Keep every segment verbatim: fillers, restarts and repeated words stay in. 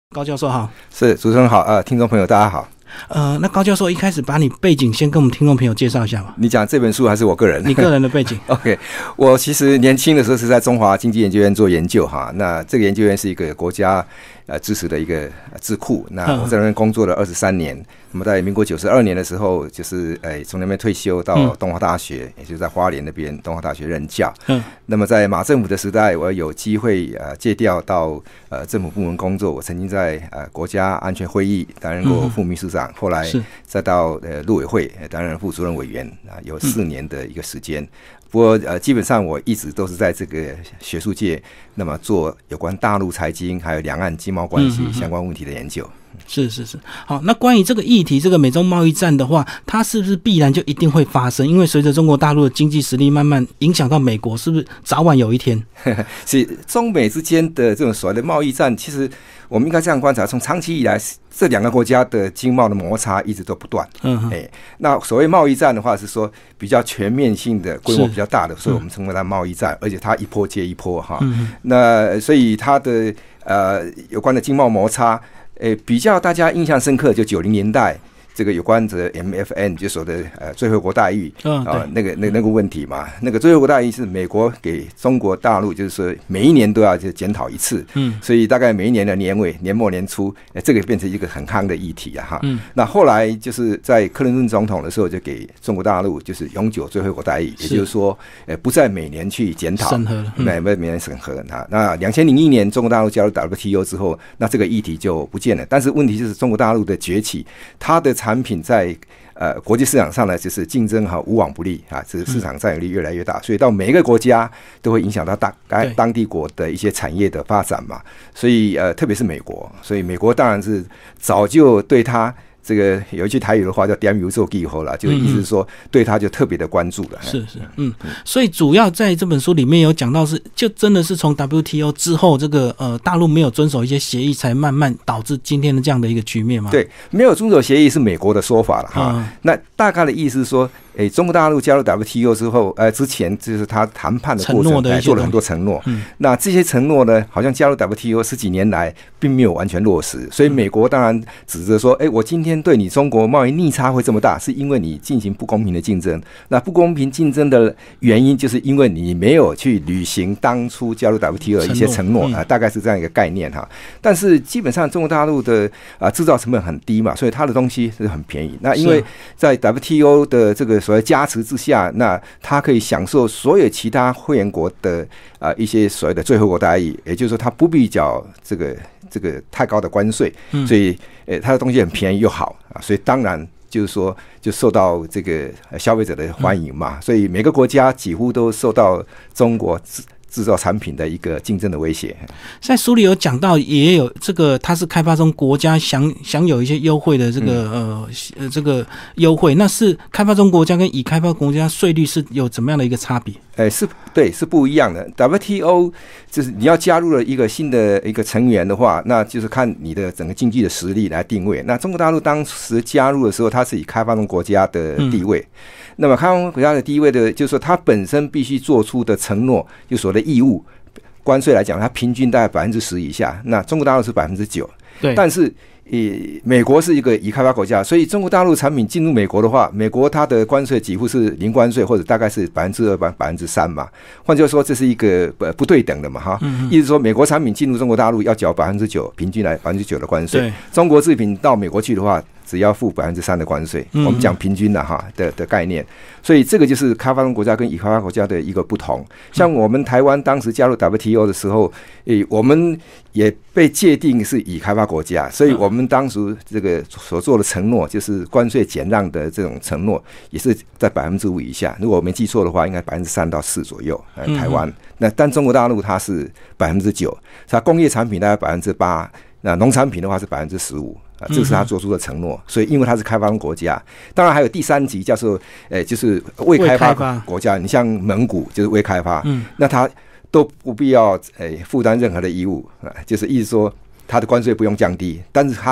高教授好。 是，主持人好，呃，听众朋友大家好。 呃，那高教授一开始把你背景先跟我们听众朋友介绍一下吧。 你讲这本书还是我个人？ 你个人的背景。 OK， 我其实年轻的时候是在中华经济研究院做研究哈。那这个研究院是一个国家呃支持的一个智库。那我在那边工作了二十三年。那么在民国九十二年的时候，就是诶从那边退休到东华大学，嗯、也就是在花莲那边东华大学任教。嗯。那么在马政府的时代，我有机会呃借调到呃政府部门工作。我曾经在呃国家安全会议担任过副秘书长，嗯、后来再到呃陆委会担任副主任委员啊，有四年的一个时间。嗯不过呃，基本上我一直都是在这个学术界，那么做有关大陆财经还有两岸经贸关系相关问题的研究。 嗯、是是是，好，那关于这个议题，这个美中贸易战的话，它是不是必然就一定会发生？因为随着中国大陆的经济实力慢慢影响到美国，是不是早晚有一天？ 是中美之间的这种所谓的贸易战，其实我们应该这样观察，从长期以来，这两个国家的经贸的摩擦一直都不断。嗯，哎，那所谓贸易战的话，是说比较全面性的、规模比较大的，所以我们称为它贸易战，而且它一波接一波哈。嗯、那所以它的呃有关的经贸摩擦，呃比较大家印象深刻，就九零年代。这个有关的 M F N 就说的呃最惠国待遇啊、呃、那个那那个问题嘛，那个最惠国待遇是美国给中国大陆就是说每一年都要检讨一次，嗯，所以大概每一年的年尾、年末、年初，呃、这个变成一个很夯的议题啊哈。嗯，那后来就是在克林顿总统的时候，就给中国大陆就是永久最惠国待遇，也就是说，呃不再每年去检讨审核，每每年审核啊。那两千零一年中国大陆加入 W T O 之后，那这个议题就不见了。但是问题就是中国大陆的崛起，它的产品在呃国际市场上呢，就是竞争哈无往不利啊，这市场占有率越来越大，所以到每一个国家都会影响到当当地国的一些产业的发展嘛。所以呃，特别是美国，所以美国当然是早就对它。这个有一句台语的话叫点油做记号啦，就意思是说对他就特别的关注了。 是是，嗯，所以主要在这本书里面有讲到是，就真的是从 W T O 之后，这个呃大陆没有遵守一些协议，才慢慢导致今天的这样的一个局面吗？ 对，没有遵守协议是美国的说法了哈。嗯、那大概的意思是说，诶，中国大陆加入 W T O 之后，呃，之前就是他谈判的过程，做了很多承诺。嗯、那这些承诺呢，好像加入 W T O 十几年来并没有完全落实，所以美国当然指责说，诶，我今天对你中国贸易逆差会这么大，是因为你进行不公平的竞争。那不公平竞争的原因，就是因为你没有去履行当初加入 W T O 的一些承诺啊、呃，大概是这样一个概念哈。但是基本上中国大陆的啊制造成本很低嘛，所以它的东西是很便宜。那因为在 W T O 的这个所谓加持之下，那它可以享受所有其他会员国的啊、呃、一些所谓的最惠国待遇，也就是说它不必缴这个。这个太高的关税，所以呃，它的东西很便宜又好啊，所以当然就是说就受到这个消费者的欢迎嘛，所以每个国家几乎都受到中国制造产品的一个竞争的威胁。 在书里有讲到，也有这个它是开发中国家享享有一些优惠的这个、嗯、呃这个优惠，那是开发中国家跟已开发国家税率是有怎么样的一个差别？ 哎、欸，是对，是不一样的。W T O 就是你要加入了一个新的一个成员的话，那就是看你的整个经济的实力来定位。那中国大陆当时加入的时候，它是以开发中国家的地位。嗯、那么开发中国家的地位的，就是说它本身必须做出的承诺，就所谓的义务，关税来讲，它平均大概百分之十以下。那中国大陆是百分之九，对，但是。呃，美国是一个已开发国家，所以中国大陆产品进入美国的话，美国它的关税几乎是零关税，或者大概是百分之二、百分之三嘛。换句话说，这是一个不不对等的嘛，哈。嗯、意思说，美国产品进入中国大陆要缴百分之九，平均来百分之九的关税。中国制品到美国去的话，只要付百分之三的关税。嗯、我们讲平均的哈的的概念，所以这个就是开发中国家跟已开发国家的一个不同。像我们台湾当时加入 W T O 的时候，诶，我们也被界定是已开发国家，所以我们当时这个所做的承诺，就是关税减让的这种承诺，也是在百分之五以下。如果我没记错的话，应该百分之三到四左右。呃、台湾，那但中国大陆它是百分之九，它工业产品大概百分之八，那农产品的话是百分之十五。啊，这是他做出的承诺，所以因为他是开发中国家，当然还有第三级叫做，呃，就是未开发国家，你像蒙古就是未开发，嗯，那他都不必要呃负担任何的义务啊，就是意思说他的关税不用降低，但是他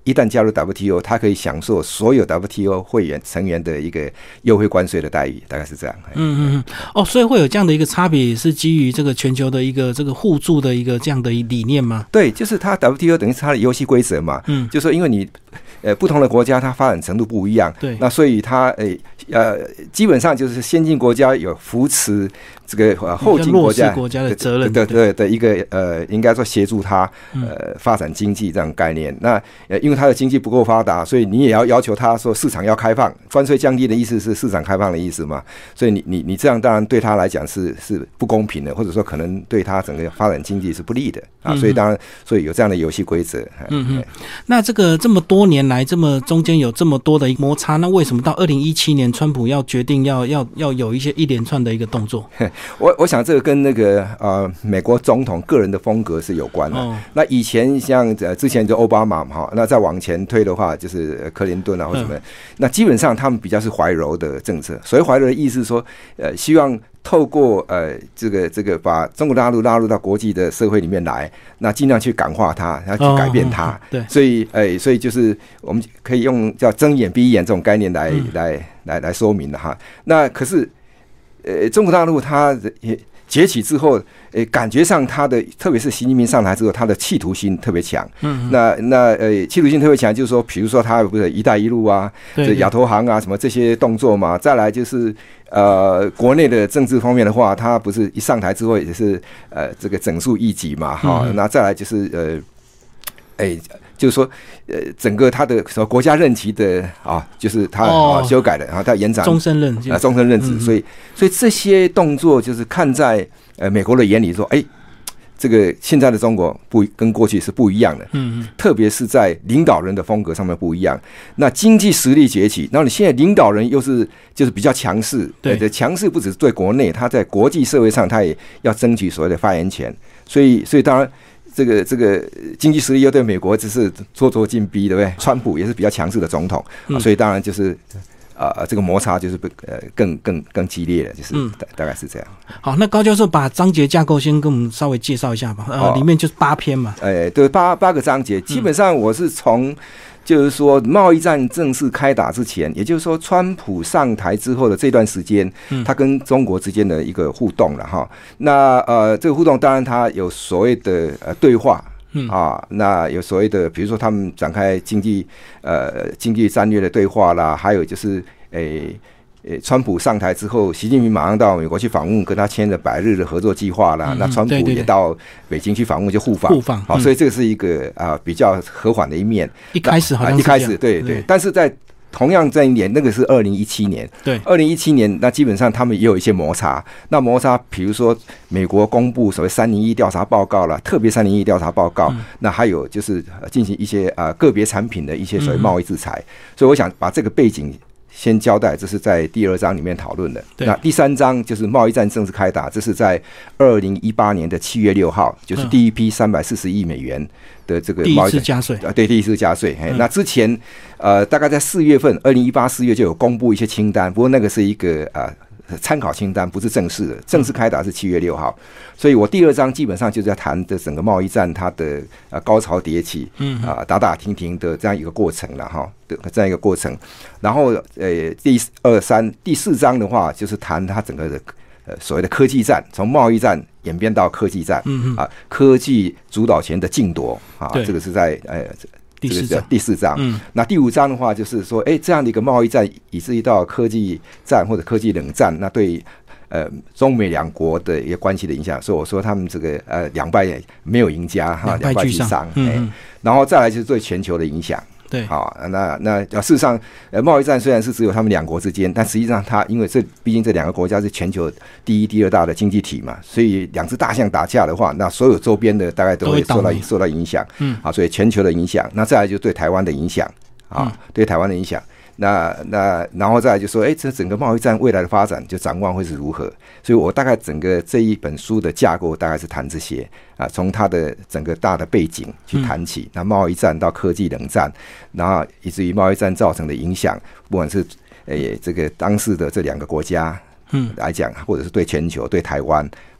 一旦加入 W T O， 它可以享受所有 W T O 会员成员的一个优惠关税的待遇，大概是这样。 嗯嗯嗯，哦，所以会有这样的一个差别，也是基于这个全球的一个这个互助的一个这样的理念吗？ 对，就是它 W T O 等于是它的游戏规则嘛。嗯，就是说因为你呃不同的国家它发展程度不一样， 对， 那所以它呃呃基本上就是先进国家有扶持这个呃后进国家国家的责任的的的一个呃应该说协助它呃发展经济这样概念。那呃因为它的经济不够发达，所以你也要要求它说市场要开放，关税降低的意思是市场开放的意思嘛。所以你你你这样当然对他来讲是是不公平的，或者说可能对他整个发展经济是不利的啊。所以当然所以有这样的游戏规则。 嗯嗯，那这个这么多年来，这么中间有这么多的摩擦，那为什么到二零一七年川普要决定要要要有一些一连串的一个动作？ 我我想这个跟那个呃美国总统个人的风格是有关的。哦、那以前像呃之前就奥巴马嘛，那再往前推的话就是克林顿啊或什么，嗯、那基本上他们比较是怀柔的政策。所谓怀柔的意思是说，呃，希望透过呃这个这个把中国大陆拉入到国际的社会里面来，那尽量去感化它，然后去改变它。哦、对，所以呃所以就是我们可以用叫睁眼闭眼这种概念来、嗯、来来来说明的哈。那可是。呃，中国大陆它也崛起之后，呃，感觉上它的，特别是习近平上台之后，它的企图心特别强。嗯，那那呃，企图心特别强，就是说，比如说它不是“一带一路”啊，这亚投行啊，什么这些动作嘛。再来就是呃，国内的政治方面的话，它不是一上台之后也是呃，这个整肃异己嘛，哈、嗯。那再来就是呃，哎、欸。就是说，呃，整个他的什么国家任期的啊，就是他、哦啊、修改了，然后他延长终身任啊，终身任职、嗯，所以，所以这些动作就是看在呃美国的眼里说，哎、欸，这个现在的中国不跟过去是不一样的，嗯，特别是在领导人的风格上面不一样。那经济实力崛起，然后你现在领导人又是就是比较强势，对的，强势不只是对国内，他在国际社会上他也要争取所谓的发言权，所以，所以当然。这个这个经济实力又对美国只是咄咄进逼，对不对？川普也是比较强势的总统，嗯、所以当然就是呃这个摩擦就是呃更更更激烈了，就是大大概是这样。 好，那高教授把章节架构先跟我们稍微介绍一下吧。呃，哦、里面就是八篇嘛。哎， 对，八八个章节，基本上我是从。就是说，贸易战正式开打之前，也就是说，川普上台之后的这段时间，他跟中国之间的一个互动了哈。那呃，这个互动当然他有所谓的呃对话，啊，那有所谓的，比如说他们展开经济呃经济战略的对话啦，还有就是诶。呃，川普上台之后，习近平马上到美国去访问，跟他签了百日的合作计划啦。嗯、那川普也到北京去访问，就互访。 互访， 好、嗯，所以这个是一个啊、呃、比较和缓的一面。 一开始好像是、啊、 一开始对 对, 对，但是在同样这一年，那个是二零一七年。 对， 二零一七年，那基本上他们也有一些摩擦。那摩擦，比如说美国公布所谓三零一调查报告啦，特别三零一调查报告。嗯、那还有就是进行一些啊、呃、个别产品的一些所谓贸易制裁。嗯、所以我想把这个背景。先交代，这是在第二章里面讨论的。那第三章就是贸易战正式开打，这是在二零一八年的七月六号，就是第一批三百四十亿美元的这个贸易第一次加税啊，对，第一次加税。嗯、那之前呃，大概在四月份，二零一八四月就有公布一些清单，不过那个是一个呃参考清单，不是正式的。正式开打是七月六号，所以我第二章基本上就是在谈的整个贸易战它的呃高潮迭起，嗯啊、呃、打打停停的这样一个过程了哈，这样一个过程。然后呃第二三第四章的话，就是谈它整个的呃所谓的科技战，从贸易战演变到科技战，嗯啊科技主导权的竞夺啊，这个是在呃。 第四章， 第四章，嗯，那第五章的话，就是说，哎、欸，这样的一个贸易战，以至于到科技战或者科技冷战，那对呃中美两国的一个关系的影响，所以我说他们这个呃两败没有赢家哈，两败俱伤，嗯、欸，然后再来就是对全球的影响。 对， 好，那那事实上，呃，贸易战虽然是只有他们两国之间，但实际上它因为这毕竟这两个国家是全球第一、第二大的经济体嘛，所以两只大象打架的话，那所有周边的大概都会受到受到影响，嗯，啊，所以全球的影响，那再来就对台湾的影响，啊，嗯、对台湾的影响。那那然后再来就说，哎、欸，这整个贸易战未来的发展就展望会是如何？所以我大概整个这一本书的架构大概是谈这些啊，从它的整个大的背景去谈起。嗯、那贸易战到科技冷战，然后以至于贸易战造成的影响，不管是诶、欸、这个当时的这两个国家，嗯来讲，或者是对全球、对台湾，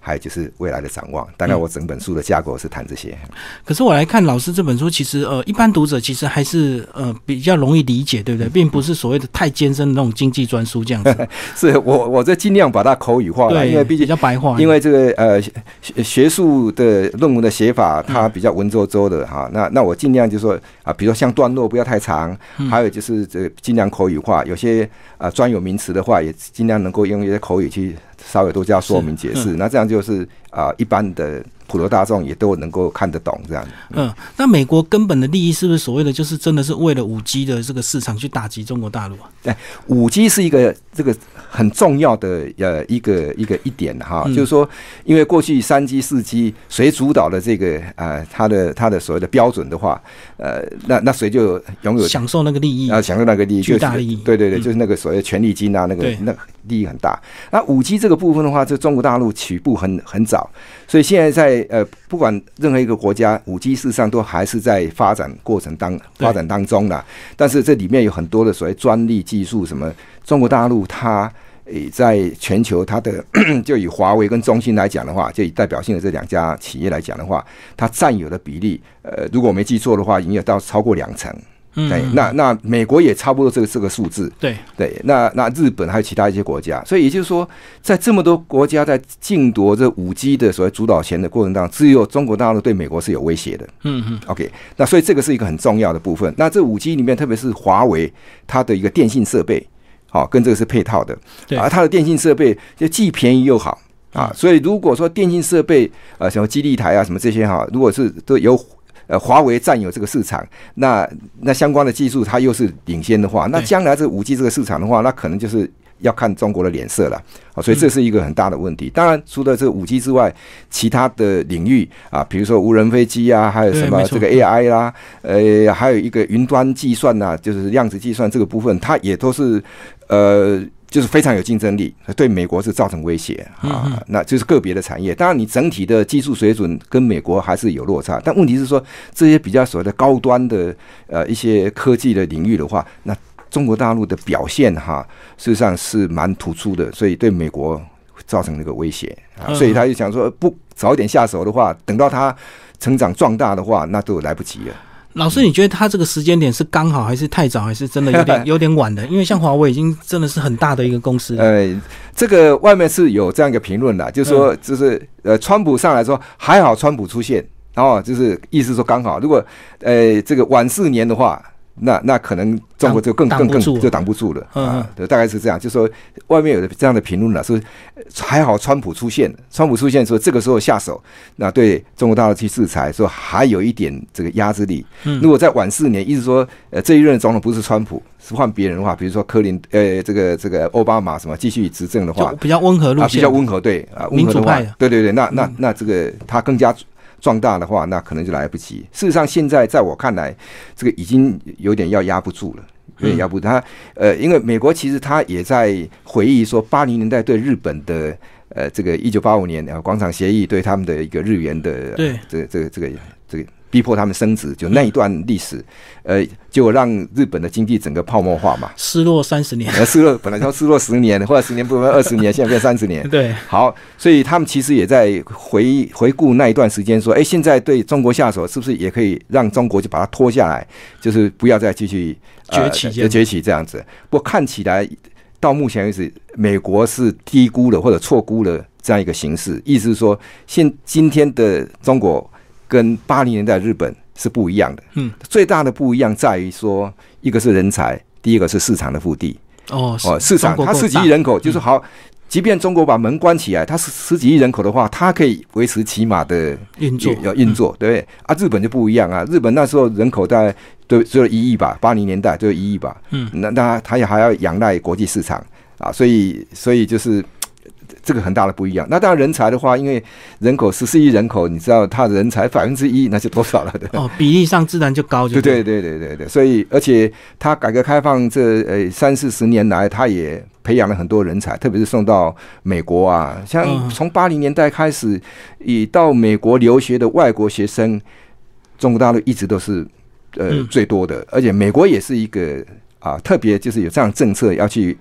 还有就是未来的展望。大概我整本书的架构是谈这些。嗯、 可是我来看老师这本书，其实呃，一般读者其实还是呃比较容易理解，对不对？并不是所谓的太艰深的那种经济专书这样子。 是我我这尽量把它口语化了，因为毕竟比较白话， 因为这个呃学术的论文的写法它比较文绉绉的哈、嗯，那那我尽量就说啊，比如说像段落不要太长，嗯、还有就是这尽量口语化，有些啊专有名词的话也尽量能够用一些口语去稍微多加说明解释，嗯、那这样就是啊、呃、一般的普罗大众也都能够看得懂这样。 嗯，嗯那美国根本的利益是不是所谓的就是真的是为了五 G 的这个市场去打击中国大陆啊？ 对，五 G 是一个这个很重要的呃一个一个一点哈、嗯，就是说，因为过去三 G 四 G 谁主导的这个呃它的它的所谓的标准的话，呃那那谁就拥有享受那个利益啊，享受那个利益， 巨大利益， 对对对，就是那个所谓的权利金啊，那个那利益很大。那五 G 这个部分的话，这中国大陆起步很很早，所以现在在呃不管任何一个国家，五 G 事实上都还是在发展过程当发展当中啦。但是这里面有很多的所谓专利技术什么，中国大陆它诶在全球它的就以华为跟中兴来讲的话，就以代表性的这两家企业来讲的话，它占有的比例，呃，如果我没记错的话，已经有到超过两成。 嗯， 对，那那美国也差不多这个这个数字， 对对，那那日本还有其他一些国家，所以也就是说，在这么多国家在竞夺这五 G 的所谓主导权的过程当中，只有中国大陆对美国是有威胁的。 嗯嗯 ，OK， 那所以这个是一个很重要的部分。那这五 G 里面，特别是华为它的一个电信设备，好、哦，跟这个是配套的，啊，它的电信设备就既便宜又好啊，所以如果说电信设备呃什么基地台啊什么这些哈，如果是都有。呃，华为占有这个市场，那那相关的技术它又是领先的话，那将来这五 G 这个市场的话，那可能就是要看中国的脸色了。所以这是一个很大的问题。当然，除了这个五 G 之外，其他的领域啊，比如说无人飞机啊，还有什么这个 A I 啦，呃，还有一个云端计算呐、啊，就是量子计算这个部分，它也都是呃。就是非常有竞争力，对美国是造成威胁啊。嗯、那就是个别的产业，当然你整体的技术水准跟美国还是有落差，但问题是说这些比较所谓的高端的呃一些科技的领域的话，那中国大陆的表现哈，事实上是蛮突出的，所以对美国造成那个威胁啊。所以他就想说，不早一点下手的话，等到他成长壮大的话，那都来不及了。 老师，你觉得他这个时间点是刚好，还是太早，还是真的有点有点晚的？因为像华为已经真的是很大的一个公司了。 呃，这个外面是有这样一个评论啦，就是说，就是呃，川普上来说还好，川普出现，然后就是意思说刚好，如果呃这个晚四年的话。那那可能中国就更更更就挡不住了啊，对，大概是这样。就是说，外面有的这样的评论了，是还好川普出现，川普出现说这个时候下手，那对中国大陆去制裁，说还有一点这个压制力。如果再晚四年，意思说，呃，这一任总统不是川普，是换别人的话，比如说柯林，呃，这个这个奥巴马什么继续执政的话， 比较温和路线， 啊、比较温和，对啊， 民主派， 对对对，那那那这个他更加。壮大的话，那可能就来不及。事实上，现在在我看来，这个已经有点要压不住了，有点压不住。他呃，因为美国其实他也在回忆说，八零年代对日本的呃这个一九八五年呃广场协议对他们的一个日元的对这个这个这个这个逼迫他们升值，就那一段历史，呃，就让日本的经济整个泡沫化嘛， 失落三十年， 呃，失落本来要失落十年，或者十年不分二十年，现在变三十年。 对， 好，所以他们其实也在回回顾那一段时间，说，哎，现在对中国下手，是不是也可以让中国就把它拖下来，就是不要再继续、 呃、崛起， 崛起这样子。不过看起来到目前为止，美国是低估了或者错估了这样一个形势，意思是说，现今天的中国。跟八零年代日本是不一样的，嗯，最大的不一样在于说，一个是人才，第一个是市场的腹地。 哦， 哦，市场它十几亿人口，就是好，嗯、即便中国把门关起来，它是十几亿人口的话，它可以维持起码的运作， 要运作，对不对？啊，日本就不一样啊，日本那时候人口大概都只有一亿吧，八零年代只有一亿吧，嗯，那那它也还要仰赖国际市场啊，所以所以就是。这个很大的不一样。那当然人才的话，因为人口十四亿人口，你知道他的人才百分之一，那就多少了的哦，比例上自然就高就对。对对对对对，所以而且他改革开放这呃三四十年来，他也培养了很多人才，特别是送到美国啊，像从八零年代开始，以到美国留学的外国学生，中国大陆一直都是呃、嗯、最多的，而且美国也是一个啊，特别就是有这样的政策要去。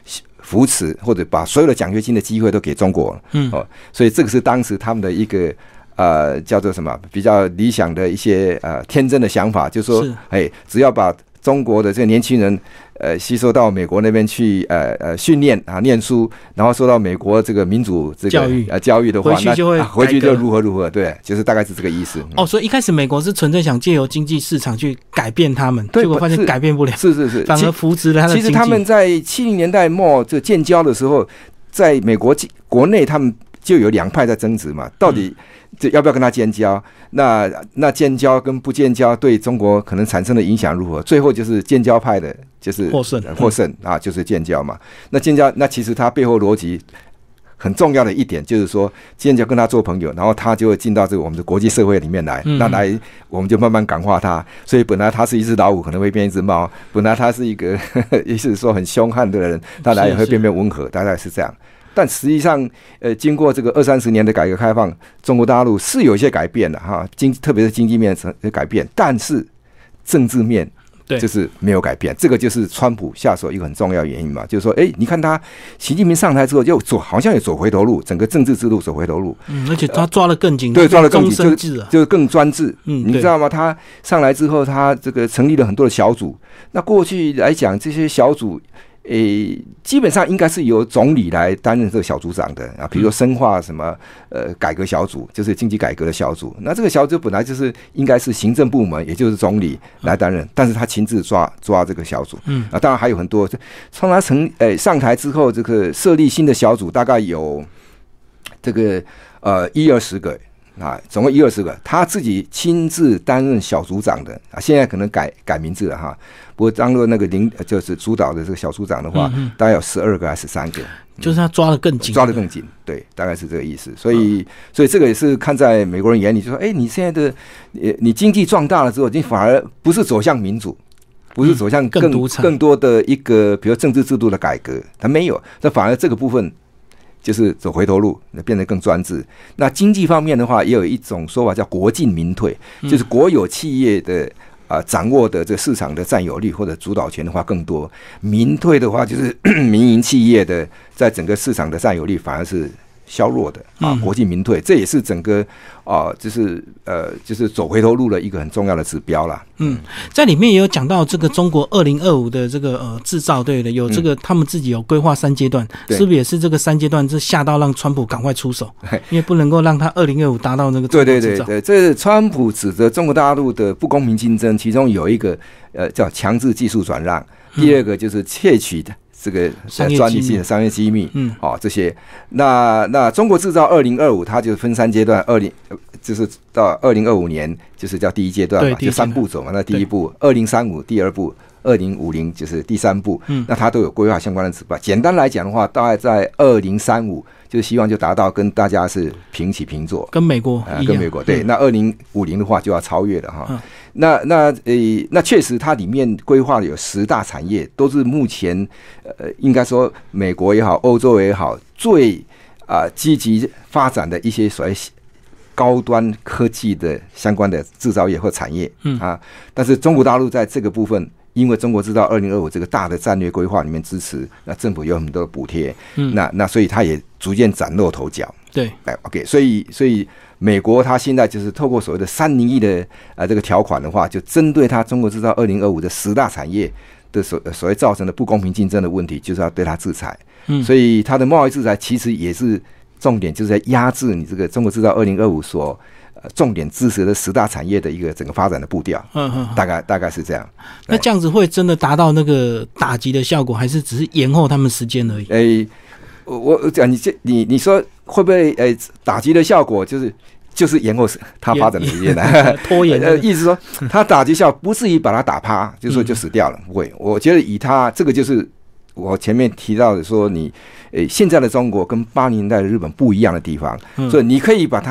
扶持或者把所有的奖学金的机会都给中国了，嗯，哦，所以这个是当时他们的一个呃叫做什么比较理想的一些呃天真的想法，就是说，哎，只要把中国的这个年轻人呃吸收到美国那边去呃呃训练啊念书，然后受到美国这个民主这个教育呃教育的话， 回去就会、 啊、回去就如何如何，对，就是大概是这个意思。 哦，所以一开始美国是纯粹想借由经济市场去改变他们，结果发现改变不了， 是是是， 反而扶持了他的经济。 其实他们在七零年代末这建交的时候，在美国国内他们就有两派在争执嘛，到底这要不要跟他建交？那那建交跟不建交对中国可能产生的影响如何？最后就是建交派的，就是获胜， 获胜啊，就是建交嘛。那建交，那其实它背后逻辑很重要的一点就是说，建交跟他做朋友，然后他就会进到这个我们的国际社会里面来，嗯、那来我们就慢慢感化他。所以本来他是一只老虎，可能会变一只猫；本来他是一个意思是说很凶悍的人，他来也会变变温和，大概是这样。但实际上，呃，经过这个二三十年的改革开放，中国大陆是有一些改变的哈，经特别是经济面的改变，但是政治面就是没有改变。这个就是川普下手一个很重要的原因嘛，就是说，哎，你看他习近平上台之后，又走好像也走回头路，整个政治制度走回头路。 嗯，而且他抓得更紧， 对，抓得更紧， 终身制啊， 就是更专制。 嗯， 你知道吗？他上来之后，他这个成立了很多的小组。那过去来讲，这些小组。诶，基本上应该是由总理来担任这个小组长的啊，比如说深化什么呃改革小组，就是经济改革的小组。那这个小组本来就是应该是行政部门，也就是总理来担任，但是他亲自抓抓这个小组。嗯啊，当然还有很多，从他成诶上台之后，这个设立新的小组，大概有这个呃一二十个。啊，总共一二十个，他自己亲自担任小组长的啊，现在可能改改名字了哈。不过当若那个领就是主导的这个小组长的话，嗯、大概有十二个还是十三个， 就是他抓得更紧， 抓得更紧，对，大概是这个意思。所以，嗯、所以这个也是看在美国人眼里，就说，哎，你现在的你经济壮大了之后，你反而不是走向民主。不是走向更、嗯、更, 更多的一个，比如政治制度的改革，他没有，那反而这个部分。就是走回头路，变得更专制。那经济方面的话，也有一种说法叫国进民退，就是国有企业的啊、呃、掌握的这个市场的占有率或者主导权的话更多，民退的话就是民营企业的在整个市场的占有率反而是削弱的啊，国进民退，这也是整个啊、呃，就是呃，就是走回头路的一个很重要的指标啦。 嗯，在里面也有讲到这个中国二零二五的这个呃制造，对的，有这个、嗯、他们自己有规划三阶段，是不是也是这个三阶段是下到让川普赶快出手，因为不能够让他二零二五达到那个中国制造。 对对对对，这是川普指责中国大陆的不公平竞争，其中有一个呃叫强制技术转让，第二个就是窃取的。这个专利性的商业机密，嗯，哦，这些，那那中国制造二零二五，它就分三阶段，二零就是到二零二五年，就是叫第一阶段嘛，就三步走嘛。那第一步，二零三五第二步，二零五零就是第三步，嗯，那它都有规划相关的指标。简单来讲的话，大概在二零三五，就是希望就达到跟大家是平起平坐， 跟美国一样， 呃、跟美国对。嗯、那二零五零的话就要超越了哈。嗯那那呃，那确实，它里面规划的有十大产业，都是目前呃，应该说美国也好，欧洲也好，最啊、呃、积极发展的一些所谓高端科技的相关的制造业或产业，嗯啊，但是中国大陆在这个部分，因为中国制造二零二五这个大的战略规划里面支持，那政府有很多的补贴，嗯，那那所以它也逐渐崭露头角， 对， 哎 ，OK， 所以所以。美国它现在就是透过所谓的三零一的呃这个条款的话，就针对它中国制造二零二五的十大产业的所所谓造成的不公平竞争的问题，就是要对它制裁。嗯，所以它的贸易制裁其实也是重点，就是在压制你这个中国制造二零二五所呃重点支持的十大产业的一个整个发展的步调。嗯嗯，大概大概是这样。 那这样子会真的达到那个打击的效果，还是只是延后他们时间而已？ 诶、欸，我讲你这你你说会不会诶、欸、打击的效果就是？就是延后它发展的时间呢， 拖延。 呃，意思说它打击效不至于把它打趴，就是说就死掉了，不会。我觉得以它这个就是我前面提到的说你，呃，现在的中国跟八零年代的日本不一样的地方，所以你可以把它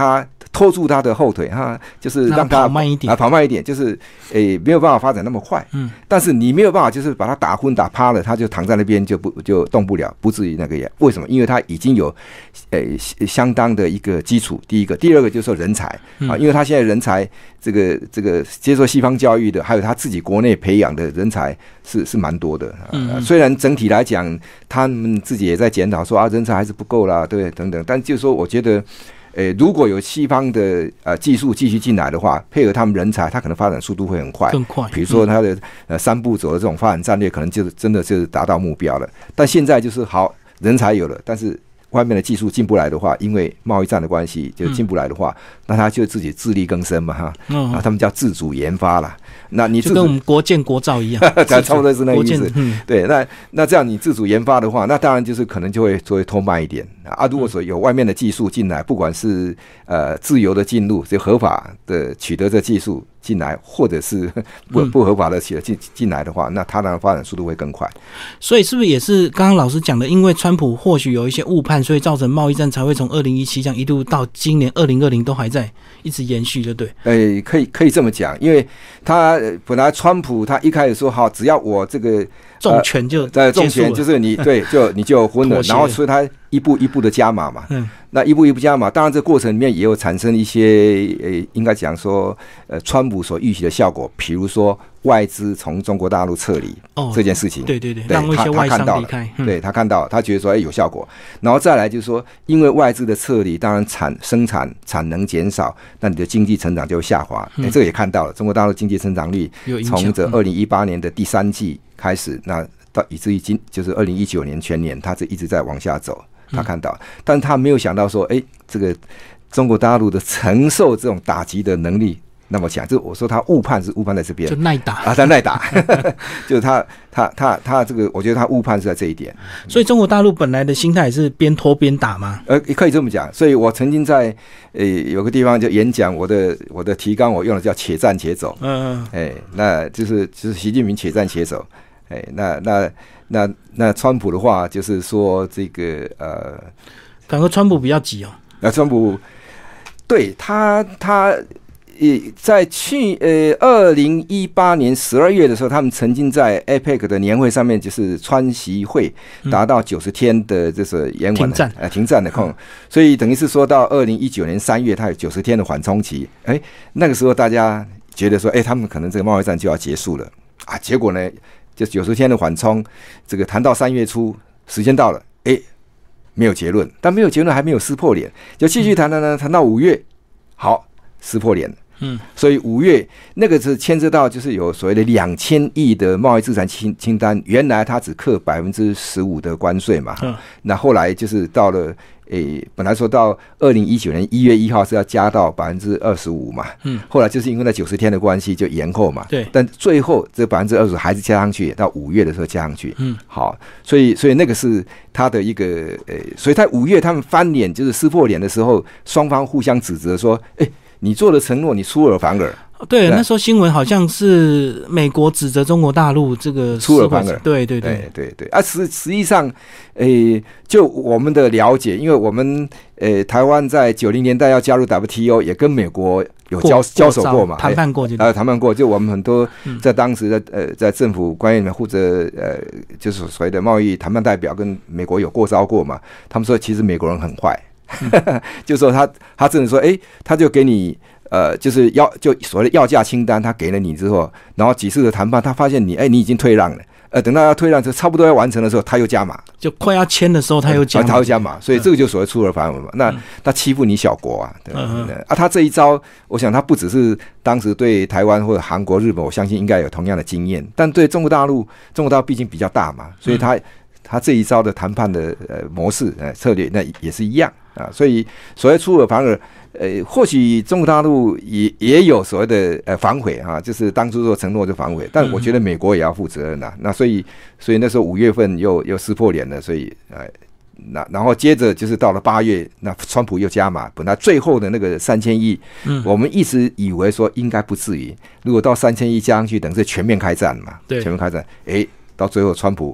拖住他的后腿哈，就是让他跑慢一点啊，跑慢一点，就是诶没有办法发展那么快。嗯，但是你没有办法，就是把他打昏打趴了，他就躺在那边就不就动不了，不至于那个样。为什么？因为他已经有诶相当的一个基础。第一个，第二个就是说人才啊，因为他现在人才这个这个接受西方教育的，还有他自己国内培养的人才是是蛮多的。啊，虽然整体来讲，他们自己也在检讨说啊，人才还是不够啦，对等等。但就是说，我觉得。诶，如果有西方的呃技术继续进来的话，配合他们人才，他可能发展速度会很快， 更快。 比如说他的呃三步走的这种发展战略，可能就是真的就是达到目标了。但现在就是好，人才有了，但是外面的技术进不来的话，因为贸易战的关系就进不来的话，嗯、那他就自己自力更生嘛哈，嗯、啊，他们叫自主研发啦。那你自主就跟我们国建国造一样， 差不多是那个意思。 嗯、 对，那那这样你自主研发的话，那当然就是可能就会就会拖慢一点啊。如果说有外面的技术进来，不管是呃自由的进入，就合法的取得这技术进来，或者是不不合法的取得进进来的话，那它的发展速度会更快。 所以是不是也是刚刚老师讲的，因为川普或许有一些误判，所以造成贸易战才会从二零一七这样一路到今年二零二零都还在一直延续，就对。 诶、欸，可以可以这么讲，因为他本来川普他一开始说好，只要我这个重拳就呃重拳就是你对就你就昏了，然后所以他一步一步的加码嘛，嗯，那一步一步加码，当然这过程里面也有产生一些呃，应该讲说呃，川普所预期的效果，比如说外资从中国大陆撤离、哦、这件事情， 对对对，让一些外商离开， 嗯、对他看到，他觉得说哎有效果，然后再来就是说，因为外资的撤离，当然产生产产能减少，那你的经济成长就下滑，嗯、这个也看到了，中国大陆经济成长率从这二零一八年的第三季开始，那到以至于今就是二零一九年全年，它是一直在往下走。他看到，但他没有想到说，哎、欸，这个中国大陆的承受这种打击的能力那么强，就我说他误判是误判在这边， 就耐打啊，他耐打，就是他他他他这个，我觉得他误判是在这一点。 所以中国大陆本来的心态是边拖边打吗？ 呃，可以这么讲。所以我曾经在呃有个地方就演讲，我的我的提纲我用的叫且战且走，嗯嗯，哎，那就是就是习近平且战且走，哎，那那。那那川普的话就是说这个呃， 反而川普比较急哦。 那川普对他他呃在去呃二零一八年十二月的时候，他们曾经在 A P E C 的年会上面，就是川习会达到九十天的这个延缓、嗯、停战呃停战的空，嗯、所以等于是说到二零一九年三月，它有九十天的缓冲期。哎，那个时候大家觉得说，哎，他们可能这个贸易战就要结束了啊，结果呢？就九十天的缓冲，这个谈到三月初，时间到了，哎，没有结论，但没有结论还没有撕破脸，就继续谈谈谈谈到五月，好，撕破脸。嗯，所以五月那个是牵涉到就是有所谓的两千亿的贸易制裁清清单，原来它只课百分之十五的关税嘛，嗯，那后来就是到了。诶，本来说到二零一九年一月一号是要加到百分之二十五嘛，嗯，后来就是因为那九十天的关系就延后嘛， 对， 但最后这百分之二十五还是加上去，到五月的时候加上去，嗯，好，所以所以那个是他的一个诶，所以在五月他们翻脸就是撕破脸的时候，双方互相指责说，诶，你做的承诺你出尔反尔。 对，那时候新闻好像是美国指责中国大陆这个出尔反尔， 对对对对对对啊，实实际上，诶，就我们的了解，因为我们诶台湾在九零年代要加入 W T O， 也跟美国有交交手过嘛， 谈判过就呃谈判过，就我们很多在当时的呃在政府官员里面或者呃就是所谓的贸易谈判代表跟美国有过招过嘛，他们说其实美国人很坏，嗯、就说他他真的说，哎，他就给你。呃，就是要就所谓的要价清单，他给了你之后，然后几次的谈判，他发现你，哎，你已经退让了，呃，等到要退让就差不多要完成的时候，他又加码， 就快要签的时候他又加码， 他又加码，所以这个就所谓出尔反尔嘛。那他欺负你小国啊，对吧？嗯、啊，他这一招，我想他不只是当时对台湾或者韩国、日本，我相信应该有同样的经验，但对中国大陆，中国大陆毕竟比较大嘛，所以他、嗯、他这一招的谈判的呃模式、呃策略，那也是一样啊。所以所谓出尔反尔。呃，或许中国大陆也也有所谓的呃反悔哈、啊，就是当初做承诺就反悔，但我觉得美国也要负责任呐、啊。那所以，所以那时候五月份又又撕破脸了，所以呃，那然后接着就是到了八月，那川普又加码，本来最后的那个三千亿，嗯，我们一直以为说应该不至于，如果到三千亿加上去，等于是全面开战嘛， 对， 全面开战，哎，到最后川普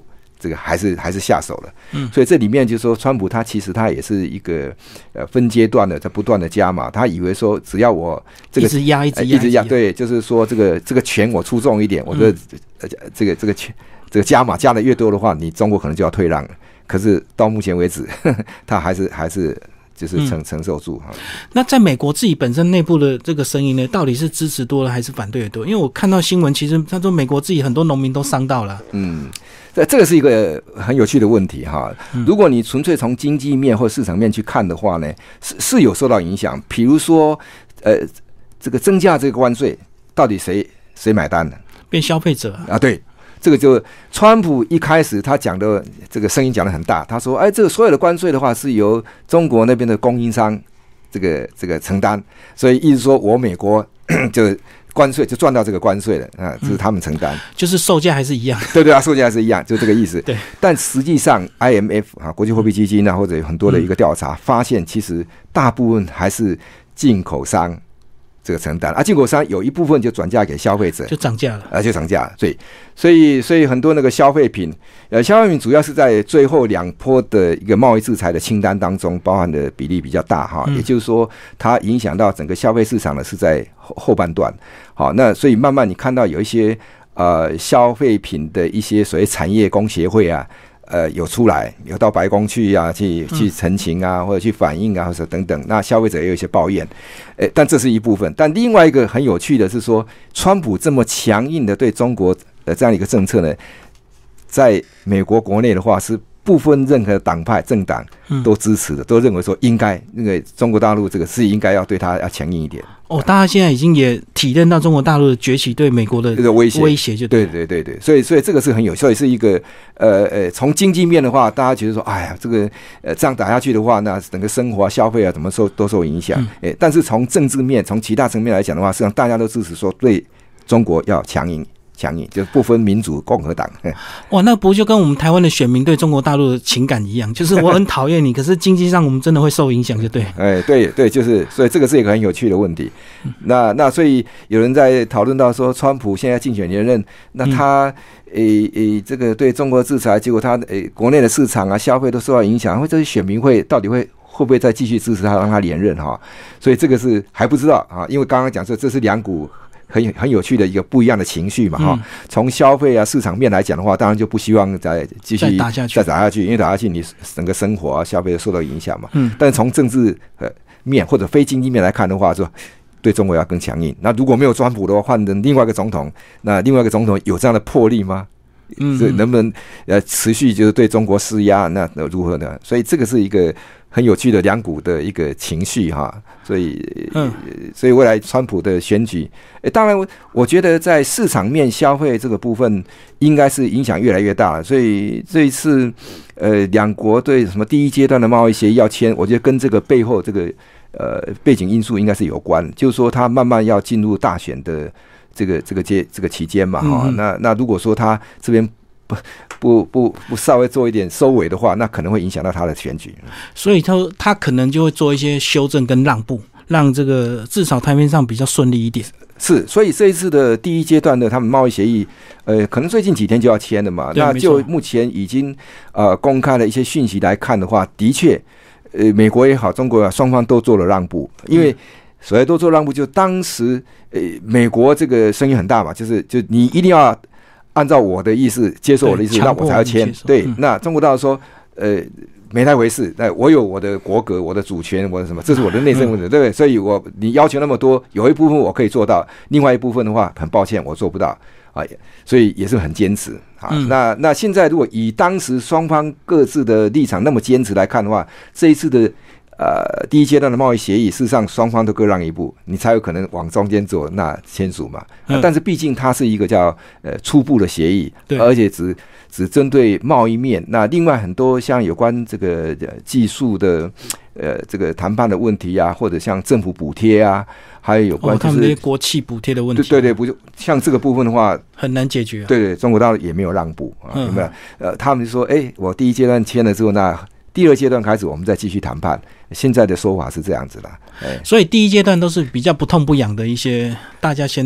这个还是还是下手了，嗯，所以这里面就是说，川普他其实他也是一个呃分阶段的在不断的加码，他以为说只要我这个一直压一直压、 呃、一直压，对，就是说这个这个权我出重一点，我的、嗯、这个这个权这个加码加的越多的话，你中国可能就要退让了。可是到目前为止，呵呵他还是还是就是承、嗯、承受住哈。 那在美国自己本身内部的这个声音呢，到底是支持多了还是反对的多？因为我看到新闻，其实他说美国自己很多农民都伤到了。 嗯。这个是一个很有趣的问题哈。如果你纯粹从经济面或市场面去看的话呢，是是有受到影响。比如说，呃，这个增加这个关税，到底谁谁买单呢？ 变消费者啊？对，这个就川普一开始他讲的这个声音讲得很大，他说：“哎，这个所有的关税的话是由中国那边的供应商这个这个承担，所以意思说我美国就。”关税就赚到这个关税了啊，这是他们承担、嗯， 就是售价还是一样， 对对啊，售价还是一样，就这个意思。 对， 但实际上 I M F 啊，国际货币基金啊，或者有很多的一个调查、嗯、发现，其实大部分还是进口商这个承担啊，进口商有一部分就转嫁给消费者， 就涨价了啊，就涨价了。所以，所以，所以很多那个消费品，呃，消费品主要是在最后两波的一个贸易制裁的清单当中，包含的比例比较大哈、嗯。也就是说，它影响到整个消费市场呢是在后后半段。好，那所以慢慢你看到有一些呃消费品的一些所谓产业工协会啊。呃，有出来，有到白宫去啊，去去陈情啊，或者去反映啊，或者等等。那消费者也有一些抱怨，呃，但这是一部分。但另外一个很有趣的是说，川普这么强硬的对中国的这样一个政策呢，在美国国内的话是不分任何党派政党都支持的，都认为说应该那个中国大陆这个是应该要对他要强硬一点。 哦，大家现在已经也体认到中国大陆的崛起对美国的威胁，威胁就对对对对，所以所以这个是很有，所以是一个呃呃，从经济面的话，大家觉得说，哎呀，这个呃这样打下去的话，那整个生活、啊、消费啊，怎么受都受影响。哎、嗯，但是从政治面、从其他层面来讲的话，实际上大家都支持说对中国要强硬。强硬就不分民主共和党。 哇，那不就跟我们台湾的选民对中国大陆的情感一样，就是我很讨厌你，可是经济上我们真的会受影响，就对。 哎，对对，就是所以这个是一个很有趣的问题。嗯、那那所以有人在讨论到说，川普现在竞选连任，那他诶诶、嗯、这个对中国制裁，结果他诶国内的市场啊消费都受到影响，或这些选民会到底会会不会再继续支持他，让他连任哈？所以这个是还不知道啊，因为刚刚讲说这是两股。很很有趣的一个不一样的情绪嘛哈，从、嗯、消费啊市场面来讲的话，当然就不希望再继续再打下去， 再打下去，因为打下去你整个生活啊消费受到影响嘛。嗯，但是从政治呃面或者非经济面来看的话，说对中国要更强硬。那如果没有川普的话，换成另外一个总统，那另外一个总统有这样的魄力吗？嗯，所以能不能呃持续就是对中国施压？那那如何呢？所以这个是一个很有趣的两股的一个情绪哈。所以，嗯，所以未来川普的选举，欸、当然，我觉得在市场面消费这个部分，应该是影响越来越大了。所以这一次，呃，两国对什么第一阶段的贸易协议要签，我觉得跟这个背后这个呃背景因素应该是有关。就是说，他慢慢要进入大选的。这个这个阶这个期间嘛哈、嗯，那那如果说他这边不不不不稍微做一点收尾的话，那可能会影响到他的选举。 所以他他可能就会做一些修正跟让步，让这个至少台面上比较顺利一点。 是，所以这一次的第一阶段的他们贸易协议，呃，可能最近几天就要签了嘛。那就目前已经呃公开的一些讯息来看的话，的确，呃，美国也好，中国也好，双方都做了让步，因为。嗯所谓都做让步，就当时呃，美国这个声音很大嘛，就是就你一定要按照我的意思接受我的意思，那我才要签。对，嗯、那中国大陆说，呃，没那回事，那我有我的国格、我的主权、我的什么，这是我的内政问题，嗯、对不对？所以我你要求那么多，有一部分我可以做到，另外一部分的话，很抱歉我做不到啊，所以也是很坚持啊。嗯、那那现在如果以当时双方各自的立场那么坚持来看的话，这一次的。呃，第一阶段的贸易协议，事实上双方都各让一步，你才有可能往中间走，那签署嘛。嗯、但是毕竟它是一个叫呃初步的协议，而且只只针对贸易面。那另外很多像有关这个技术的呃这个谈判的问题啊，或者像政府补贴啊，还有有关就是、哦、他们那些国企补贴的问题。 对对对，不就像这个部分的话， 很难解决、啊。 对对，中国大陆也没有让步啊，有没有？呃，他们就说，哎、欸，我第一阶段签了之后，那第二阶段开始我们再继续谈判。现在的说法是这样子啦， 所以第一阶段都是比较不痛不痒的一些，大家先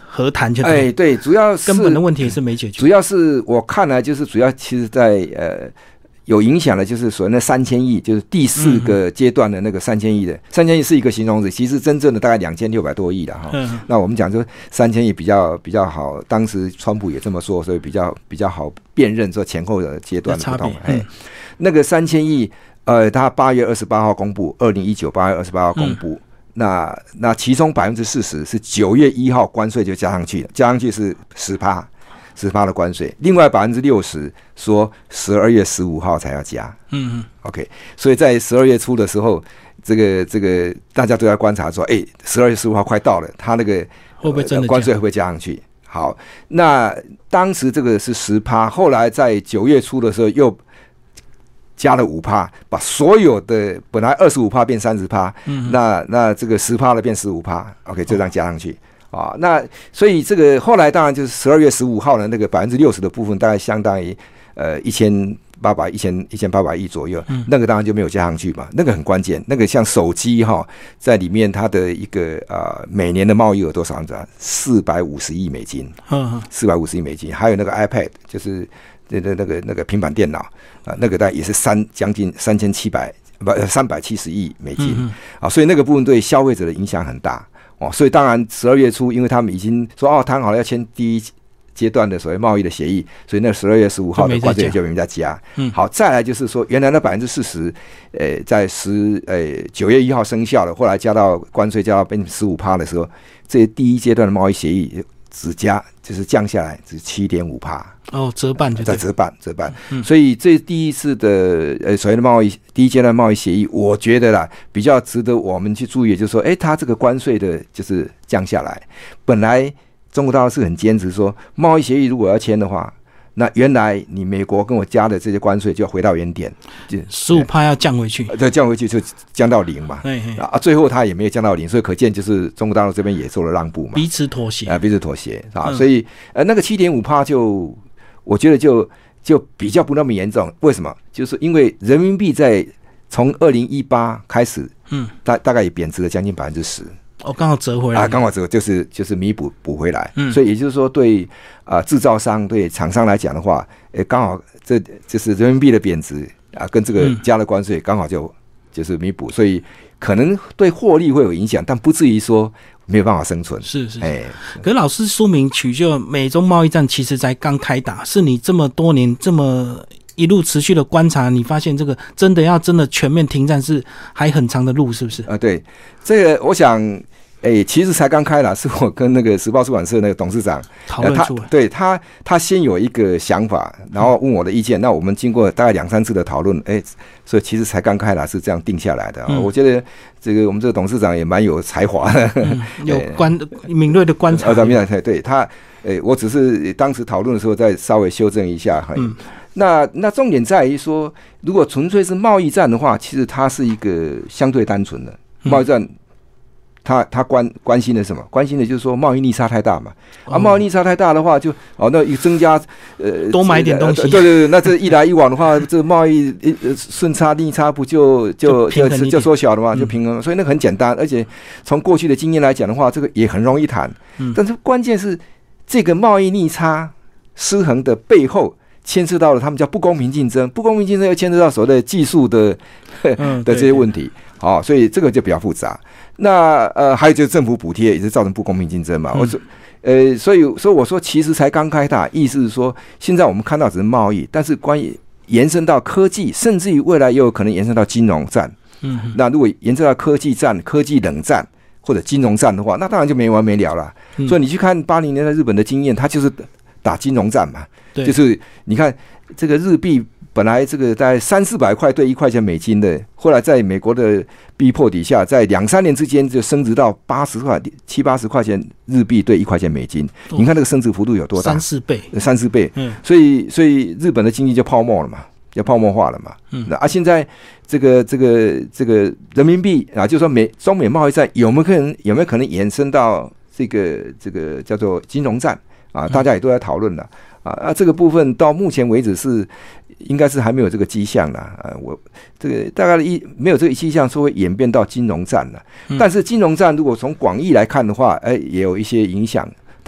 和谈就对。 哎，对，主要是根本的问题也是没解决。 主要是我看来就是主要其实在呃。有影响的就是所谓的三千亿，就是第四个阶段的那个三千亿的，三千亿是一个形容词，其实真正的大概两千六百多亿了哈。嗯、那我们讲说三千亿比较比较好，当时川普也这么说，所以比较比较好辨认说前后的阶段的不同。哎、嗯，那个三千亿，呃，他八月二十八号公布，二零一九八月二十八号公布，嗯、那那其中百分之四十是九月一号关税就加上去了，加上去是十趴。十趴的关税，另外百分之六十说十二月十五号才要加，嗯嗯 ，OK， 所以在十二月初的时候，这个这个大家都在观察说，哎，十二月十五号快到了，他那个会不会真的、呃、 关税会不会加上去？好，那当时这个是十趴，后来在九月初的时候又加了五趴，把所有的本来二十五趴变三十趴，嗯，那那这个十趴的变十五趴 ，OK， 就这样加上去。哦啊，那所以这个后来当然就是十二月十五号的那个百分之六十的部分，大概相当于呃一千八百一千一千八百亿左右，嗯，那个当然就没有加上去嘛，那个很关键，那个像手机哈，在里面它的一个呃每年的贸易额多少？四百五十亿美金，嗯，四百五十亿美金，还有那个 iPad 就是那个那个那个平板电脑啊，呃，那个大概也是三将近三千七百不三百七十亿美金，嗯，啊，所以那个部分对消费者的影响很大。哦，所以当然十二月初，因为他们已经说哦谈好了要签第一阶段的所谓贸易的协议，所以那十二月十五号的关税就没再加。嗯，好，再来就是说，原来那百分之四十，呃，在十呃九月一号生效了，后来加到关税加到百分之十五趴的时候，这第一阶段的贸易协议只加就是降下来，只七点五趴。 哦，折半就在折半，折半。嗯，所以这第一次的呃所谓的贸易第一阶段贸易协议，我觉得啦比较值得我们去注意，就是说，哎，它这个关税的就是降下来。本来中国大陆是很坚持说，贸易协议如果要签的话，那原来你美国跟我加的这些关税就要回到原点， 十五趴要降回去， 对，降回去就降到零嘛。嘿嘿啊，最后它也没有降到零，所以可见就是中国大陆这边也做了让步嘛， 彼此妥协啊，彼此妥协啊，嗯，所以呃那个七点五趴就。我觉得就就比较不那么严重，为什么？就是因为人民币在从二零一八开始，嗯，大大概也贬值了将近百分之十， 哦，刚好折回来啊， 刚好折就是就是弥补补回来，嗯，所以也就是说对啊、呃、制造商对厂商来讲的话，诶，刚好这就是人民币的贬值啊，跟这个加了关税刚好就就是弥补，所以可能对获利会有影响，但不至于说。没有办法生存， 是是，哎，可是老师说明取就美中贸易战其实才刚开打，是你这么多年这么一路持续的观察，你发现这个真的要真的全面停战是还很长的路，是不是？ 啊，对，这个我想，哎，其实才刚开打，是我跟那个时报出版社那个董事长讨论出来， 对他他先有一个想法，然后问我的意见，嗯，那我们经过大概两三次的讨论，哎，所以其实才刚开打是这样定下来的，嗯，我觉得。这个我们这个董事长也蛮有才华的， 嗯，有观敏锐的观察。 呃，对他，诶，我只是当时讨论的时候再稍微修正一下。嗯，那那重点在于说，如果纯粹是贸易战的话，其实它是一个相对单纯的贸易战。他他关关心的什么？关心的就是说贸易逆差太大嘛。啊，贸易逆差太大的话就，哦，那一增加呃多买一点东西。 对对对，那这一来一往的话，这贸易呃顺差逆差不就就就就缩小了嘛，就平衡了。所以那个很简单，而且从过去的经验来讲的话，这个也很容易谈。嗯，但是关键是这个贸易逆差失衡的背后。牵涉到了他们叫不公平竞争，不公平竞争又牵涉到所谓的技术的的这些问题，好，哦，所以这个就比较复杂。那呃，还有就是政府补贴也是造成不公平竞争嘛。嗯，我说，呃，所以所以我说，其实才刚开打，意思是说，现在我们看到只是贸易，但是关于延伸到科技，甚至于未来也有可能延伸到金融战。嗯，那如果延伸到科技战、科技冷战或者金融战的话，那当然就没完没了了。嗯，所以你去看八零年代日本的经验，它就是打金融战嘛。就是你看这个日币本来这个大概三四百块兑一块钱美金的，后来在美国的逼迫底下，在两三年之间就升值到八十块、七八十块钱日币兑一块钱美金。哦，你看那个升值幅度有多大？ 三四倍， 三四倍。嗯，所以所以日本的经济就泡沫了嘛，就泡沫化了嘛。嗯，啊，现在这个这个这个人民币啊，就说美中美贸易战有没有可能有没有可能延伸到这个这个叫做金融战啊？大家也都在讨论了。啊啊，这个部分到目前为止是应该是还没有这个迹象啦。啊，我这个大概一没有这个迹象说会演变到金融战了。嗯，但是金融战如果从广义来看的话，哎，也有一些影响。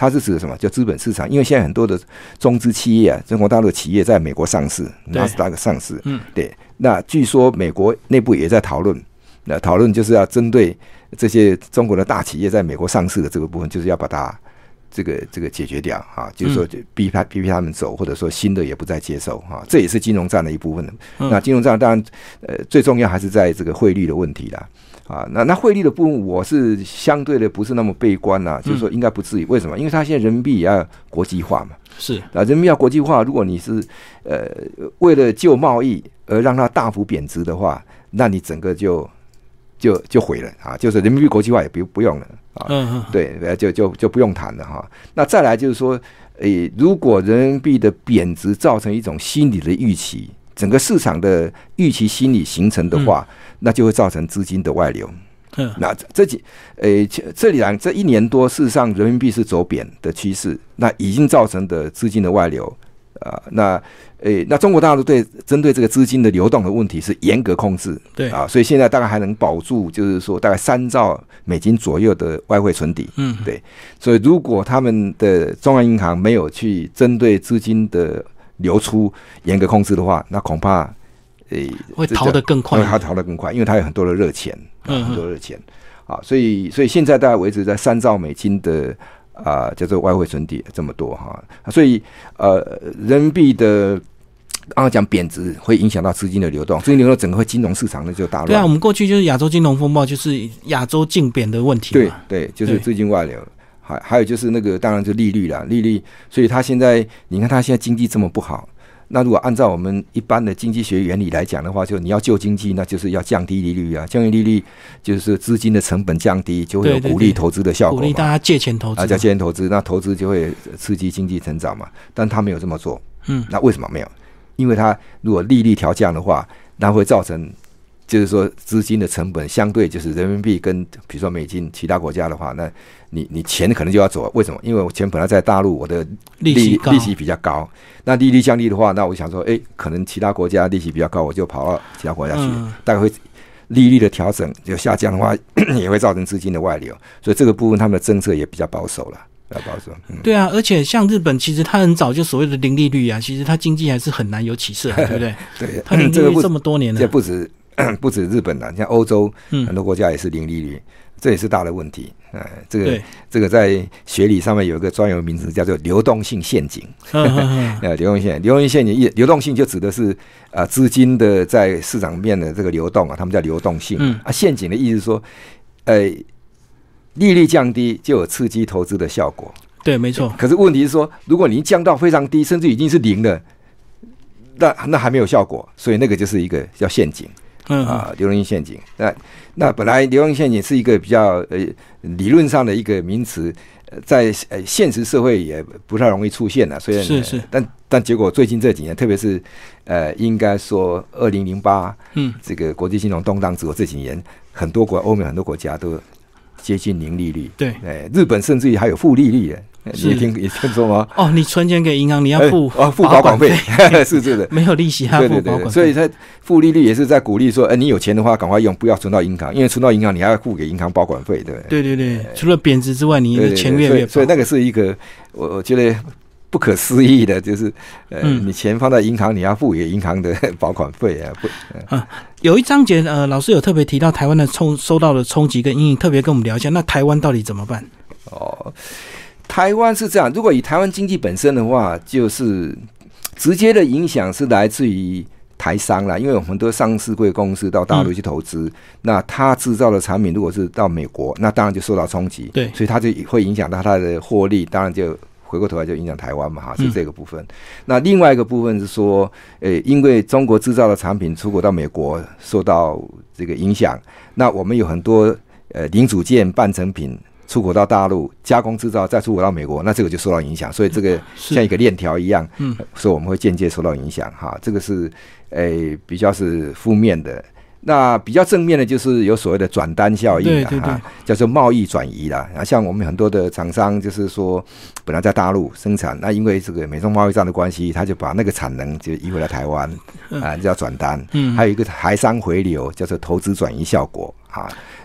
它是指什么？就资本市场，因为现在很多的中资企业啊，中国大陆的企业在美国上市，纳斯达克上市，嗯，对。那据说美国内部也在讨论，那讨论就是要针对这些中国的大企业在美国上市的这个部分，就是要把它这个这个解决掉啊，就是说逼他逼逼他们走，或者说新的也不再接受啊，这也是金融战的一部分。嗯、那金融战当然呃最重要还是在这个汇率的问题啦。啊，那那汇率的部分，我是相对的不是那么悲观啦、啊，就是说应该不至于。为什么？因为它现在人民币也要国际化嘛。 是啊，人民币要国际化，如果你是呃为了救贸易而让它大幅贬值的话，那你整个就就就毁了啊！就是人民币国际化也不不用了啊，嗯、对，就就就不用谈了哈。那再来就是说，诶、欸，如果人民币的贬值造成一种心理的预期，整个市场的预期心理形成的话，嗯、那就会造成资金的外流。嗯，那这几诶、欸，这里来这一年多，事实上人民币是走贬的趋势，那已经造成的资金的外流啊、呃，那诶、欸，那中国大陆对针对这个资金的流动的问题是严格控制， 对啊， 所以现在大概还能保住，就是说大概三兆美金左右的外汇存底，嗯，对，所以如果他们的中央银行没有去针对资金的流出严格控制的话，那恐怕诶、欸、 会逃得更快， 会逃得更快，因为它有很多的热钱。嗯，很多热钱啊，所以所以现在大概维持在三兆美金的啊、呃、叫做外汇存底这么多哈，所以呃人民币的刚刚讲贬值会影响到资金的流动，资金流动整个会金融市场那就大乱。 对啊，我们过去就是亚洲金融风暴，就是亚洲净贬的问题嘛。 对对，就是资金外流，还还有就是那个当然就利率啦，利率，所以它现在你看它现在经济这么不好。那如果按照我们一般的经济学原理来讲的话，就你要救经济，那就是要降低利率啊，降低利率就是资金的成本降低，就会有鼓励投资的效果嘛， 鼓励大家借钱投资， 啊，叫借钱投资，那投资就会刺激经济成长嘛。但他没有这么做，嗯，那为什么没有？因为他如果利率调降的话，那会造成就是说资金的成本相对就是人民币跟比如说美金其他国家的话，那你你钱可能就要走，为什么？因为我钱本来在大陆，我的利利息利息比较高，那利率降低的话，那我想说，哎、欸，可能其他国家利息比较高，我就跑到其他国家去，嗯、大概会利率的调整就下降的话，也会造成资金的外流，所以这个部分他们的政策也比较保守了。保守嗯、 对啊，而且像日本，其实它很早就所谓的零利率啊，其实它经济还是很难有起色，对不对？ 对， 它零利率这么多年了， 这不止不止日本了，像欧洲很多国家也是零利率。嗯，这也是大的问题，呃，这个这个在学理上面有一个专有名词叫做流动性陷阱。呃，流动性流动性陷阱，流动性就指的是啊资金的在市场面的这个流动啊，他们叫流动性。嗯、啊，陷阱的意思是说，呃，利率降低就有刺激投资的效果。 对，没错。 可是问题是说，如果你降到非常低，甚至已经是零了，那那还没有效果，所以那个就是一个叫陷阱。嗯啊，流动性陷阱。那那本来流动性陷阱是一个比较呃理论上的一个名词，在呃现实社会也不太容易出现了。虽然是是， 但但结果最近这几年，特别是呃，应该说二零零八，嗯，这个国际金融动荡之后这几年，很多国欧美很多国家都接近零利率。 对， 哎，日本甚至于还有负利率的。你也听也听说吗？ 哦，你存钱给银行，你要付哦付保管费，是是的， 没有利息，还要付保管费。 所以它负利率也是在鼓励说，哎，你有钱的话，赶快用，不要存到银行，因为存到银行你还要付给银行保管费，对不对？对对对，除了贬值之外，你的钱越来越薄。 所以那个是一个我我觉得不可思议的，就是呃，嗯、你钱放在银行，你要付给银行的保管费啊，不、呃、 啊。有一章节呃，老师有特别提到台湾的冲受到的冲击跟阴影，特别跟我们聊一下。那台湾到底怎么办？ 哦。台湾是这样，如果以台湾经济本身的话，就是直接的影响是来自于台商啦，因为我们很多上市柜公司到大陆去投资，嗯、那他制造的产品如果是到美国，那当然就受到冲击， 对， 所以他就会影响到他的获利，当然就回过头来就影响台湾嘛，哈，是这个部分。嗯、那另外一个部分是说，呃，因为中国制造的产品出口到美国受到这个影响，那我们有很多呃零组件、半成品。出口到大陆加工制造，再出口到美国，那这个就受到影响，所以这个像一个链条一样，嗯，所以我们会间接受到影响哈。这个是诶、呃、比较是负面的。那比较正面的就是有所谓的转单效应啊，对对对，叫做贸易转移啦。啊，像我们很多的厂商就是说，本来在大陆生产，那因为这个美中贸易战的关系，他就把那个产能就移回来台湾，啊，叫转单。嗯，还有一个台商回流，叫做投资转移效果啊。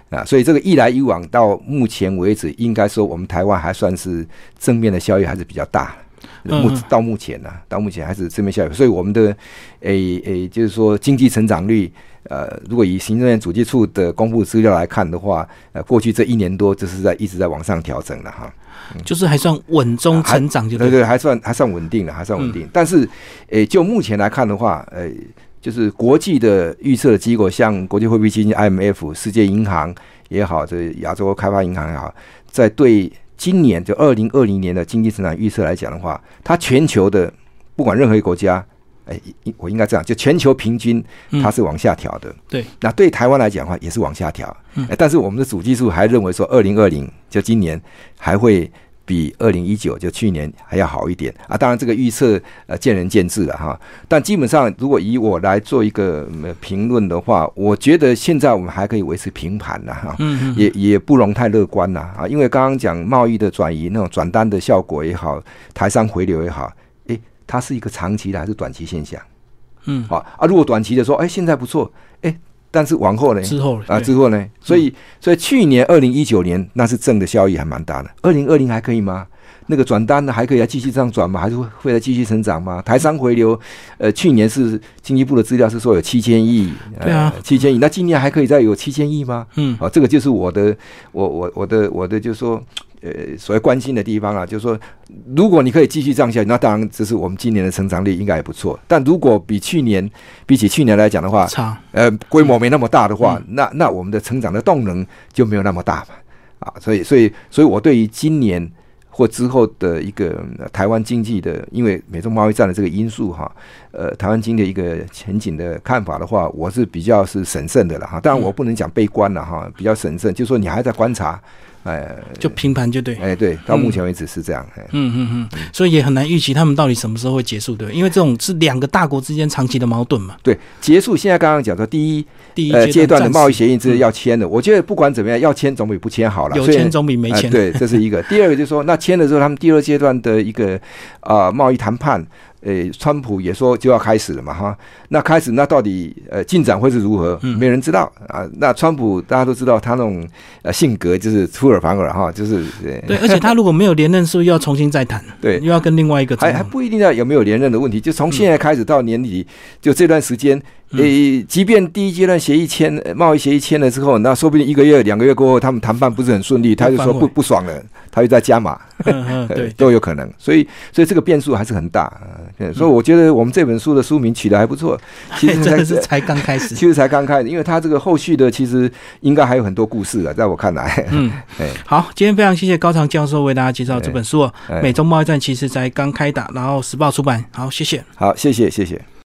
啊，所以这个一来一往到目前为止，应该说我们台湾还算是正面的效益还是比较大。目到目前呢、啊，到目前还是正面效益，所以我们的诶诶，就是说经济成长率，呃，如果以行政院主计处的公布资料来看的话，呃，过去这一年多就是在一直在往上调整了哈。 就是还算稳中成长就对， 对对，还算还算稳定了，还算稳定。嗯、但是，诶、欸，就目前来看的话，呃、欸，就是国际的预测的机构，像国际货币基金 I M F、世界银行也好，这亚洲开发银行也好，在对今年就二零二零年的经济成长预测来讲的话，它全球的不管任何一个国家，哎、欸，我应该这样，就全球平均它是往下调的。嗯、 对， 那对台湾来讲的话，也是往下调。嗯欸，但是我们的主计处还认为说，二零二零就今年还会比二零一九就去年还要好一点啊。当然这个预测呃见仁见智了哈。但基本上如果以我来做一个评论的话，我觉得现在我们还可以维持平盘啦哈，嗯嗯也也不容太乐观啦啊。因为刚刚讲贸易的转移那种转单的效果也好，台商回流也好，诶，它是一个长期的还是短期现象？嗯，好啊。如果短期的说，哎，现在不错，哎。但是往后呢？ 之后啊，之后呢？所以，所以去年二零一九年那是正的效益还蛮大的。二零二零还可以吗？那个转单呢还可以再继续这样转吗？还是会会再继续成长吗？台商回流，呃，去年是经济部的资料是说有七千亿， 对啊， 七千亿。那今年还可以再有七千亿吗？嗯，啊，这个就是我的，我我我的我的就是说。呃，所谓关心的地方啊，就是说，如果你可以继续这样下去，那当然这是我们今年的成长率应该也不错。但如果比去年比起去年来讲的话， 差呃规模没那么大的话，嗯、那那我们的成长的动能就没有那么大嘛，啊，所以所以所以我对于今年或之后的一个台湾经济的，因为美中贸易战的这个因素哈，呃，台湾经济的一个前景的看法的话，我是比较是审慎的了哈。当然我不能讲悲观了哈，比较审慎，就是说你还在观察。哎， 就平盘就对， 哎，对，到目前为止是这样。 嗯嗯嗯，所以也很难预期他们到底什么时候会结束，对，因为这种是两个大国之间长期的矛盾嘛。 对，结束现在刚刚讲说第一第一呃阶段的贸易协议是要签的，嗯、我觉得不管怎么样，要签总比不签好了。 有签总比没签、 呃。对，这是一个。第二个就是说，那签了之后，他们第二阶段的一个啊、呃、贸易谈判。诶，川普也说就要开始了嘛，哈，那开始那到底呃进展会是如何？嗯、没人知道啊。那川普大家都知道他那种呃性格就是出尔反尔哈，就是对，而且他如果没有连任，是不是又要重新再谈？ 对， 又要跟另外一个还还不一定要有没有连任的问题，就从现在开始到年底，嗯、就这段时间。诶，即便第一阶段协议签贸易协议签了之后，那说不定一个月、两个月过后，他们谈判不是很顺利，他就说不不爽了，他就在加码， 嗯嗯、对， 都有可能。所以，所以这个变数还是很大。嗯、所以我觉得我们这本书的书名取得还不错， 其实真的是才刚开始， 其实才刚开始，因为它这个后续的其实应该还有很多故事啊，在我看来。嗯， 好，今天非常谢谢高长教授为大家介绍这本书哦，《美中贸易战其实才刚开打》，然后时报出版。好，谢谢。 好，谢谢，谢谢。